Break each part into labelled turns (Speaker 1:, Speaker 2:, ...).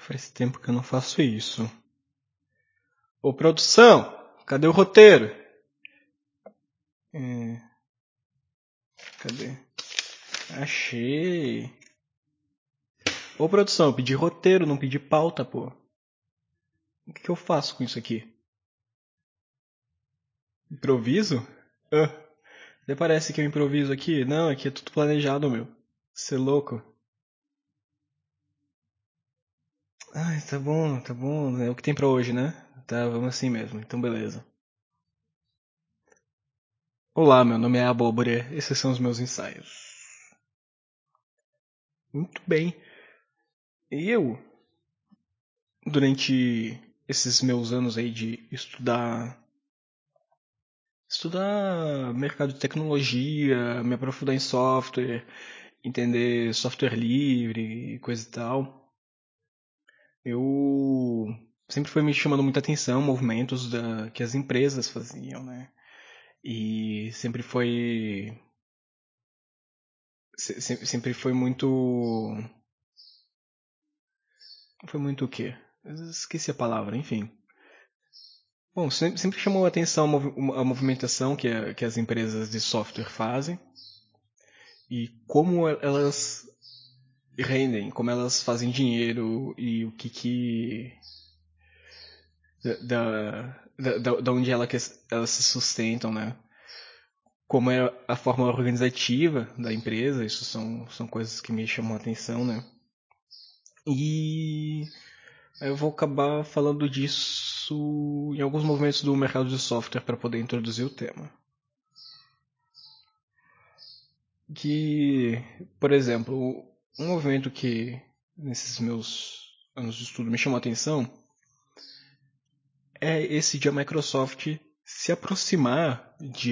Speaker 1: Faz tempo que eu não faço isso. Ô, produção! Cadê o roteiro? Cadê? Achei. Ô, produção, eu pedi roteiro, não pedi pauta, pô. O que eu faço com isso aqui? Improviso? Ah, até parece que eu improviso aqui. Não, aqui é tudo planejado, meu. Você é louco? Ai, tá bom, tá bom. É o que tem pra hoje, né? Tá, vamos assim mesmo. Então, beleza. Olá, meu nome é Abóbora. Esses são os meus ensaios. Muito bem. E eu, durante esses meus anos aí de estudar mercado de tecnologia, me aprofundar em software, entender software livre e coisa e tal, eu sempre foi me chamando muita atenção movimentos que as empresas faziam, né? E sempre foi muito o quê? Esqueci a palavra, enfim. Bom, sempre chamou a atenção a movimentação que as empresas de software fazem e como elas rendem, como elas fazem dinheiro e o que da onde elas se sustentam, né? Como é a forma organizativa da empresa, isso são coisas que me chamam a atenção, né? E eu vou acabar falando disso em alguns movimentos do mercado de software para poder introduzir o tema. Que, por exemplo, um movimento que nesses meus anos de estudo me chamou a atenção é esse de a Microsoft se aproximar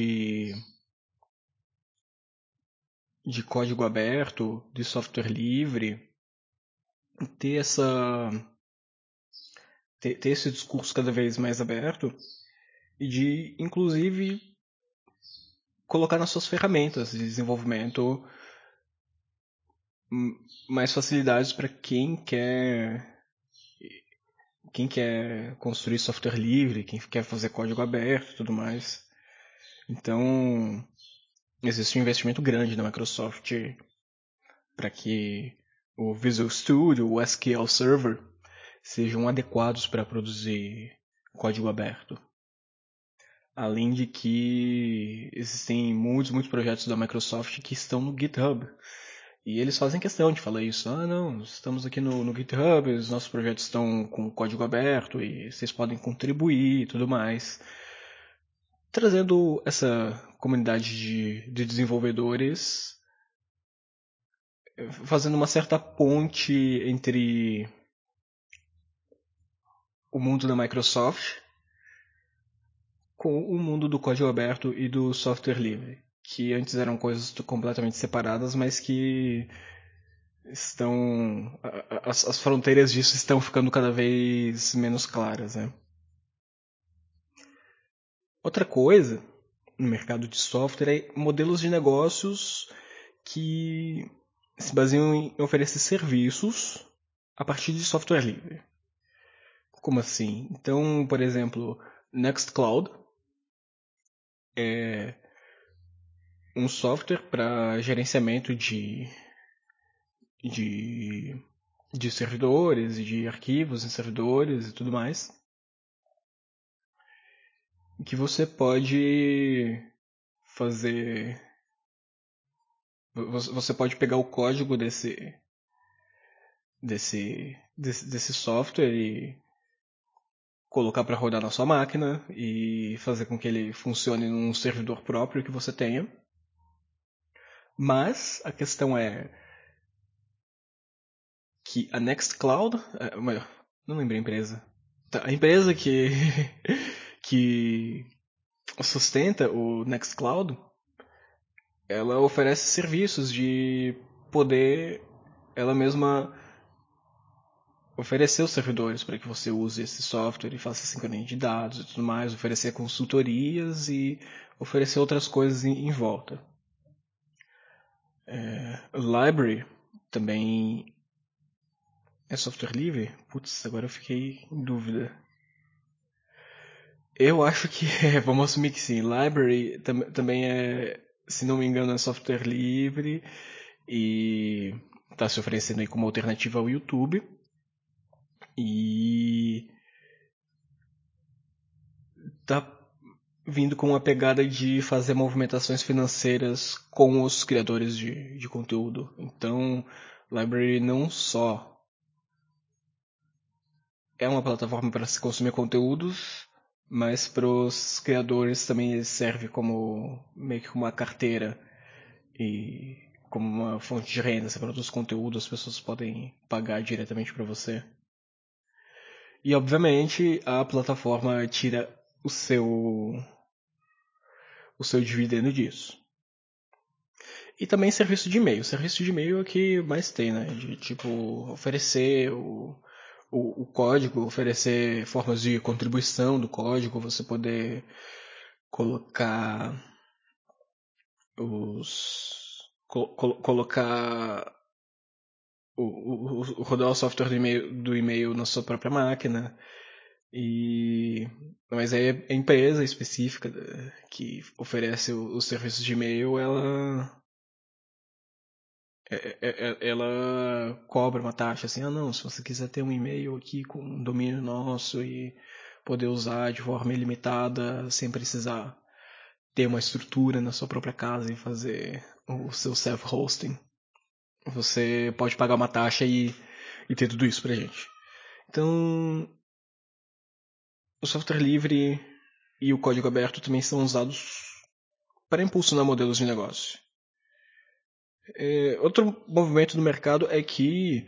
Speaker 1: de código aberto, de software livre, ter ter esse discurso cada vez mais aberto e de, inclusive, colocar nas suas ferramentas de desenvolvimento mais facilidades para quem quer construir software livre, quem quer fazer código aberto e tudo mais. Então, existe um investimento grande na Microsoft para que o Visual Studio, o SQL Server, sejam adequados para produzir código aberto. Além de que existem muitos projetos da Microsoft que estão no GitHub. E eles fazem questão de falar isso. Ah, não, estamos aqui no GitHub, os nossos projetos estão com código aberto e vocês podem contribuir e tudo mais. Trazendo essa comunidade de desenvolvedores, fazendo uma certa ponte entre o mundo da Microsoft com o mundo do código aberto e do software livre, que antes eram coisas completamente separadas, mas que as fronteiras disso estão ficando cada vez menos claras, né? Outra coisa no mercado de software é modelos de negócios que se baseiam em oferecer serviços a partir de software livre. Como assim? Então, por exemplo, Nextcloud é um software para gerenciamento de, de servidores, de arquivos em servidores e tudo mais, que você pode fazer. Você pode pegar o código desse software e colocar para rodar na sua máquina e fazer com que ele funcione num servidor próprio que você tenha. Mas a questão é que a Nextcloud, não lembro a empresa, a empresa que sustenta o Nextcloud, ela oferece serviços de poder ela mesma oferecer os servidores para que você use esse software e faça sincronia de dados e tudo mais, oferecer consultorias e oferecer outras coisas em volta. Library também é software livre? Putz, agora eu fiquei em dúvida. Eu acho que é, vamos assumir que sim. Library também é, se não me engano, é software livre e está se oferecendo aí como alternativa ao YouTube. E tá vindo com uma pegada de fazer movimentações financeiras com os criadores de conteúdo. Então, Library não só é uma plataforma para se consumir conteúdos, mas para os criadores também serve como meio que uma carteira e como uma fonte de renda. Você produz conteúdo, as pessoas podem pagar diretamente para você. E obviamente a plataforma tira o seu dividendo disso. E também serviço de e-mail. Serviço de e-mail é o que mais tem, né? De tipo oferecer o código, oferecer formas de contribuição do código, você poder colocar colocar rodar o software do e-mail na sua própria máquina. Mas aí a empresa específica que oferece os serviços de e-mail, ela cobra uma taxa assim, não, se você quiser ter um e-mail aqui com um domínio nosso e poder usar de forma ilimitada sem precisar ter uma estrutura na sua própria casa e fazer o seu self-hosting, você pode pagar uma taxa e ter tudo isso pra gente. Então, o software livre e o código aberto também são usados para impulsionar modelos de negócio. Outro movimento do mercado é que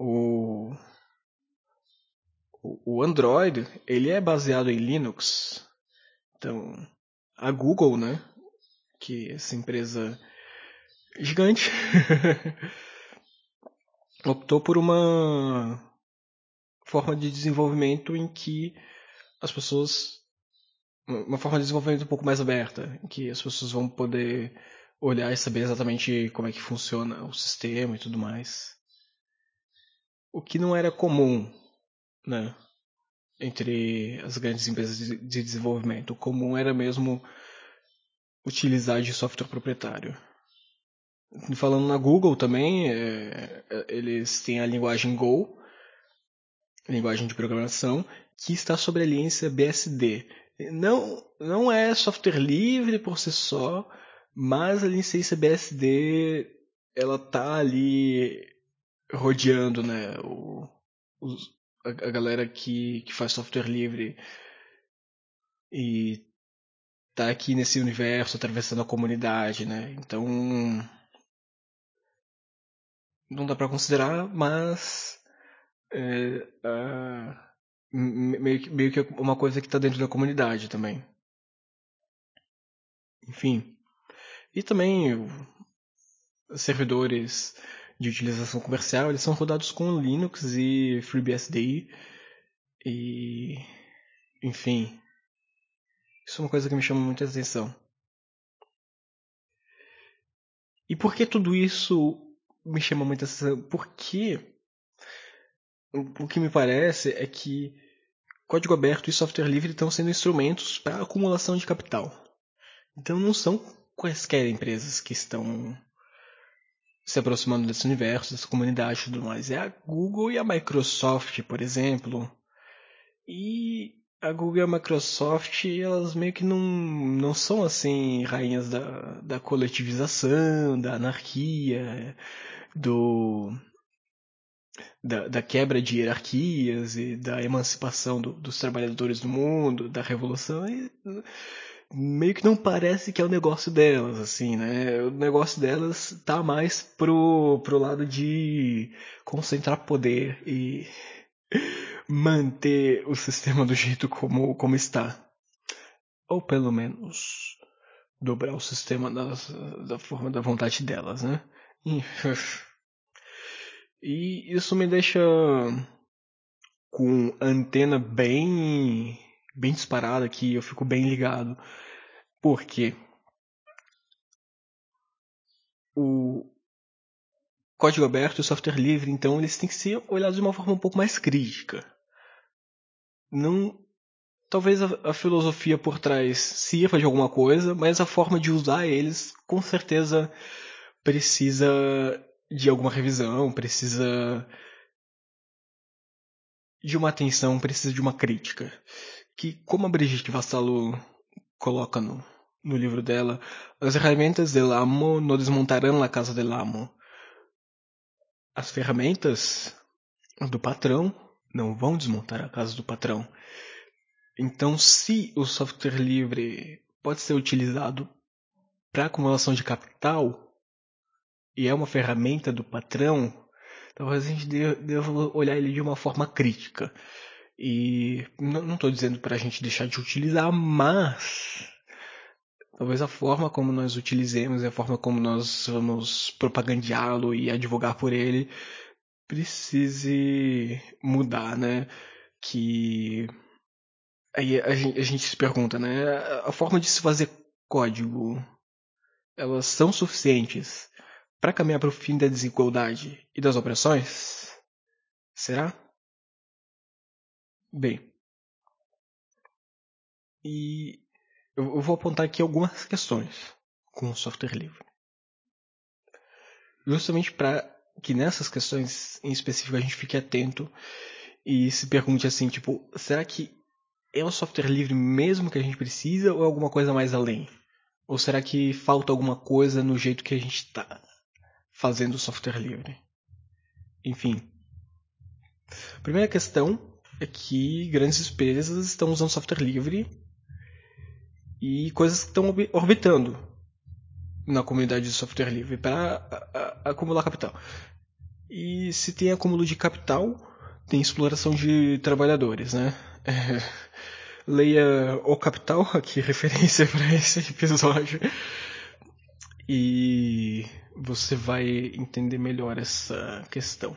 Speaker 1: o Android ele é baseado em Linux. Então, a Google, né, que é essa empresa gigante, optou por uma forma de desenvolvimento em que as pessoas uma forma de desenvolvimento um pouco mais aberta, em que as pessoas vão poder olhar e saber exatamente como é que funciona o sistema e tudo mais. O que não era comum, né, entre as grandes empresas de desenvolvimento. O comum era mesmo utilizar de software proprietário. Falando na Google também, eles têm a linguagem Go, linguagem de programação, que está sob a licença BSD. Não é software livre por si só, mas a licença BSD ela tá ali rodeando, né, a galera que faz software livre e tá aqui nesse universo atravessando a comunidade, né? Então não dá para considerar, mas meio que uma coisa que está dentro da comunidade também. Enfim. E também os servidores de utilização comercial, eles são rodados com Linux e FreeBSD. E, enfim, isso é uma coisa que me chama muita atenção. E por que tudo isso me chama muita atenção? Porque o que me parece é que código aberto e software livre estão sendo instrumentos para acumulação de capital. Então não são quaisquer empresas que estão se aproximando desse universo, dessa comunidade e tudo mais. É a Google e a Microsoft, por exemplo. E a Google e a Microsoft, elas meio que não são assim rainhas da coletivização, da anarquia, da quebra de hierarquias e da emancipação dos trabalhadores do mundo, da revolução. E meio que não parece que é o negócio delas, assim, né? O negócio delas tá mais pro lado de concentrar poder e manter o sistema do jeito como está. Ou pelo menos dobrar o sistema da forma da vontade delas, né? E isso me deixa com a antena bem disparada aqui, eu fico bem ligado. Porque o código aberto e software livre, então, eles têm que ser olhados de uma forma um pouco mais crítica. Não, talvez a filosofia por trás sirva de alguma coisa, mas a forma de usar eles, com certeza, precisa de alguma revisão, precisa de uma atenção, precisa de uma crítica. Que, como a Brigitte Vassalo coloca no livro dela, as ferramentas del amo no desmontarão la casa del amo. As ferramentas do patrão não vão desmontar a casa do patrão. Então, se o software livre pode ser utilizado para acumulação de capital e é uma ferramenta do patrão, talvez a gente deva olhar ele de uma forma crítica. E não estou dizendo para a gente deixar de utilizar, mas talvez a forma como nós utilizemos e a forma como nós vamos propagandeá-lo e advogar por ele precise mudar, né? Que aí a gente se pergunta, né? A forma de se fazer código, elas são suficientes para caminhar para o fim da desigualdade e das opressões? Será? Bem, e eu vou apontar aqui algumas questões com o software livre. Justamente para que nessas questões em específico a gente fique atento e se pergunte assim, tipo, será que é o software livre mesmo que a gente precisa ou é alguma coisa mais além? Ou será que falta alguma coisa no jeito que a gente está fazendo o software livre? Enfim. A primeira questão é que grandes empresas estão usando software livre e coisas que estão orbitando na comunidade de software livre para acumular capital. E se tem acúmulo de capital, tem exploração de trabalhadores, né? Leia O Capital, aqui referência para esse episódio, e você vai entender melhor essa questão.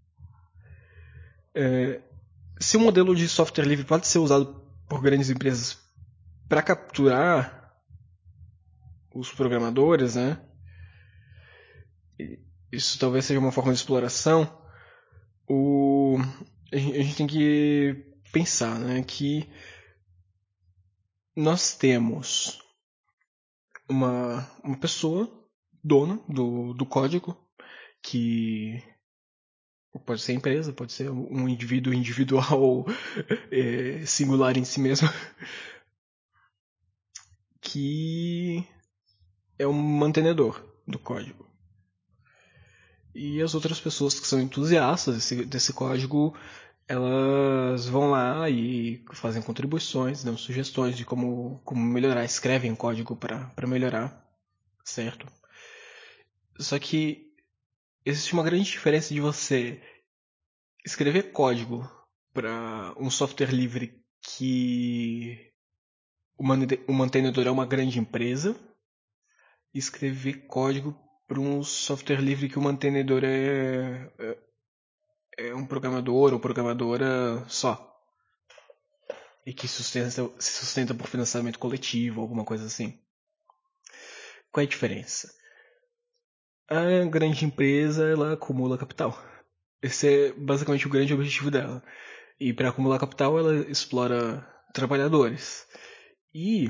Speaker 1: Se o modelo de software livre pode ser usado por grandes empresas para capturar os programadores, né? Isso talvez seja uma forma de exploração. A gente tem que pensar, né, que nós temos uma pessoa dona do código, que pode ser empresa, pode ser um indivíduo individual singular em si mesmo, que é um mantenedor do código. E as outras pessoas que são entusiastas desse código, elas vão lá e fazem contribuições, dão sugestões de como melhorar, escrevem código para melhorar, certo? Só que existe uma grande diferença de você escrever código para um software livre que o mantenedor é uma grande empresa e escrever código para um software livre que o mantenedor é um programador ou programadora só. E que se sustenta por financiamento coletivo, alguma coisa assim. Qual é a diferença? A grande empresa, ela acumula capital. Esse é basicamente o grande objetivo dela. E para acumular capital, ela explora trabalhadores. E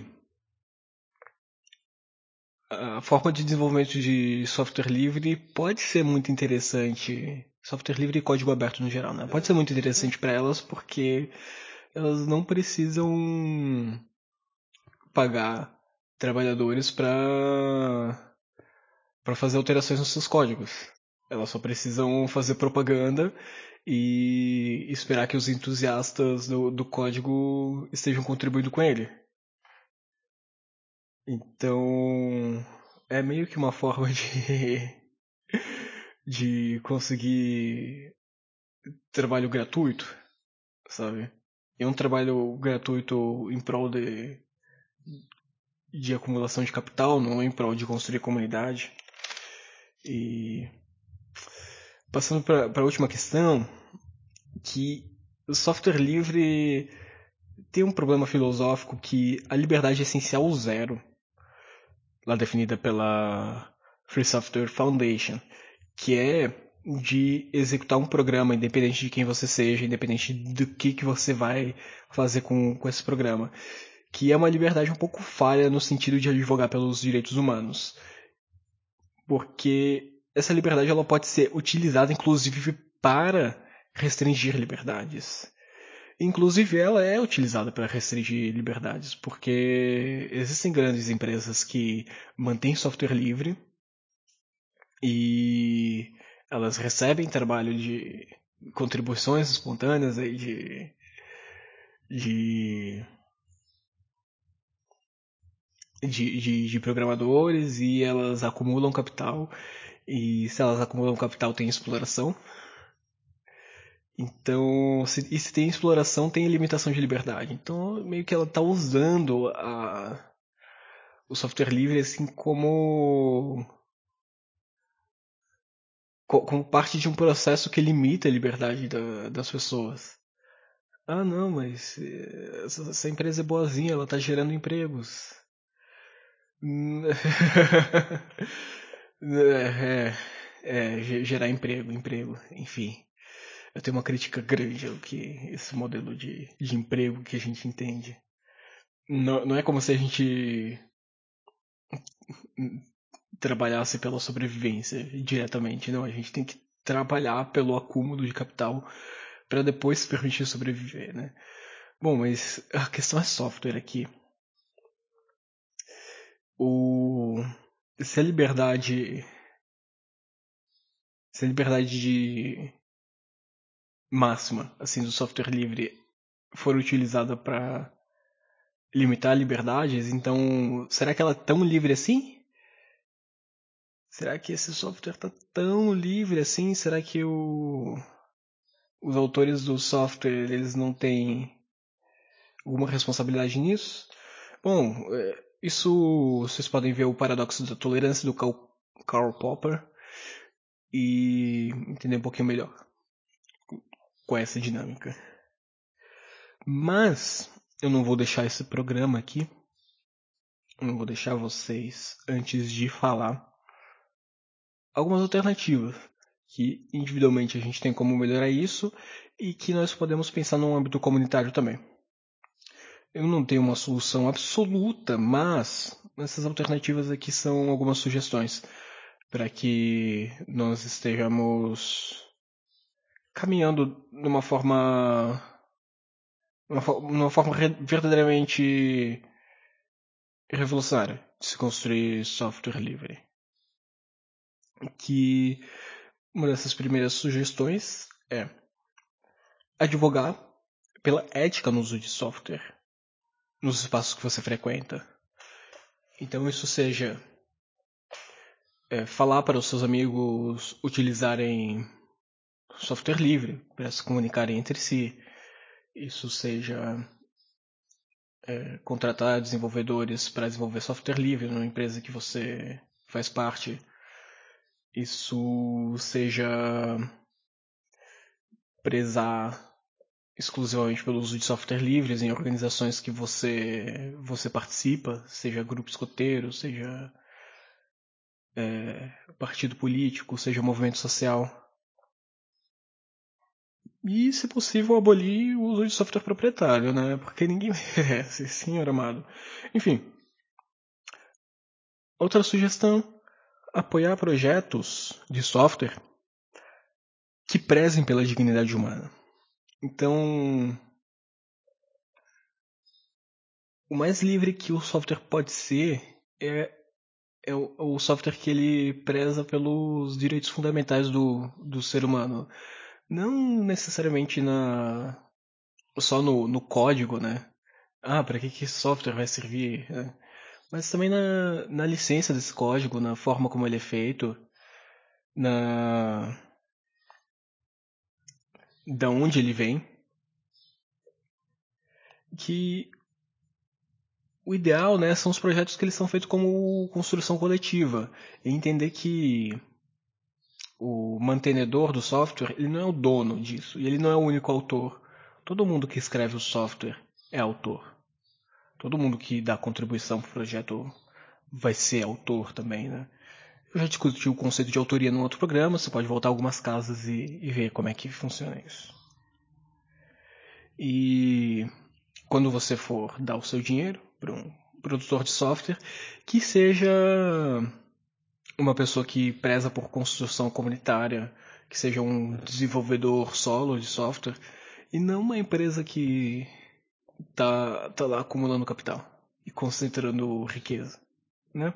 Speaker 1: a forma de desenvolvimento de software livre pode ser muito interessante. Software livre e código aberto no geral, né? Pode ser muito interessante para elas porque elas não precisam pagar trabalhadores para fazer alterações nos seus códigos. Elas só precisam fazer propaganda e esperar que os entusiastas do código estejam contribuindo com ele. Então, é meio que uma forma de conseguir trabalho gratuito, sabe? É um trabalho gratuito em prol de acumulação de capital, não em prol de construir comunidade. E passando para a última questão, que o software livre tem um problema filosófico que a liberdade é essencial zero, lá definida pela Free Software Foundation, que é de executar um programa, independente de quem você seja, independente do que você vai fazer com esse programa. Que é uma liberdade um pouco falha no sentido de advogar pelos direitos humanos. Porque essa liberdade ela pode ser utilizada, inclusive, para restringir liberdades. Inclusive, ela é utilizada para restringir liberdades, porque existem grandes empresas que mantêm software livre e elas recebem trabalho de contribuições espontâneas aí de, de programadores e elas acumulam capital. E se elas acumulam capital, tem exploração. Então, e se tem exploração, tem limitação de liberdade. Então, meio que ela está usando o software livre assim como parte de um processo que limita a liberdade das pessoas. Ah, não, mas essa empresa é boazinha, ela está gerando empregos. Gerar emprego, enfim. Eu tenho uma crítica grande ao que esse modelo de emprego que a gente entende. Não é como se a gente trabalhasse pela sobrevivência diretamente, não. A gente tem que trabalhar pelo acúmulo de capital para depois se permitir sobreviver, né? Bom, mas a questão é software aqui. O se a liberdade de máxima assim do software livre for utilizada para limitar liberdades, então será que ela é tão livre assim? Será que esse software está tão livre assim? Será que os autores do software eles não têm alguma responsabilidade nisso? Bom, isso vocês podem ver o paradoxo da tolerância do Karl Popper e entender um pouquinho melhor com essa dinâmica. Mas eu não vou deixar esse programa aqui. Eu não vou deixar vocês antes de falar algumas alternativas que individualmente a gente tem como melhorar isso e que nós podemos pensar num âmbito comunitário também. Eu não tenho uma solução absoluta, mas essas alternativas aqui são algumas sugestões para que nós estejamos caminhando numa forma verdadeiramente revolucionária de se construir software livre. Que uma dessas primeiras sugestões é advogar pela ética no uso de software nos espaços que você frequenta. Então isso seja falar para os seus amigos utilizarem software livre para se comunicarem entre si. Isso seja contratar desenvolvedores para desenvolver software livre numa empresa que você faz parte. Isso seja prezar exclusivamente pelo uso de software livres em organizações que você participa, seja grupo escoteiro, seja partido político, seja movimento social. E, se possível, abolir o uso de software proprietário, né? Porque ninguém merece, senhor amado. Enfim. Outra sugestão: apoiar projetos de software que prezem pela dignidade humana. Então, o mais livre que o software pode ser é o software que ele preza pelos direitos fundamentais do ser humano. Não necessariamente só no código, né? Ah, para que esse software vai servir? Mas também na licença desse código, na forma como ele é feito, da onde ele vem. Que o ideal, né, são os projetos que eles são feitos como construção coletiva. E entender que o mantenedor do software, ele não é o dono disso, e ele não é o único autor. Todo mundo que escreve o software é autor. Todo mundo que dá contribuição para o projeto vai ser autor também, né? Eu já discuti o conceito de autoria num outro programa, você pode voltar algumas casas e ver como é que funciona isso. E quando você for dar o seu dinheiro para um produtor de software, que seja uma pessoa que preza por construção comunitária, que seja um desenvolvedor solo de software, e não uma empresa que tá lá acumulando capital e concentrando riqueza, né?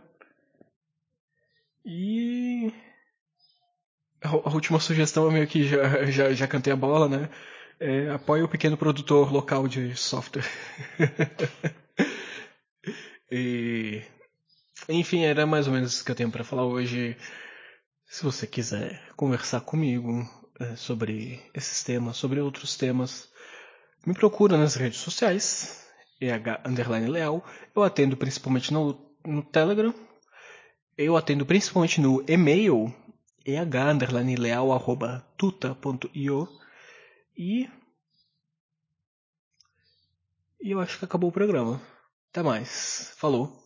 Speaker 1: E a última sugestão eu meio que já cantei a bola, né? Apoie o pequeno produtor local de software. E, enfim, era mais ou menos isso que eu tenho para falar hoje. Se você quiser conversar comigo sobre esses temas, sobre outros temas, me procura nas redes sociais, EH_Leal. Eu atendo principalmente no Telegram. Eu atendo principalmente no e-mail, eh_leal@tuta.io. E eu acho que acabou o programa. Até mais. Falou.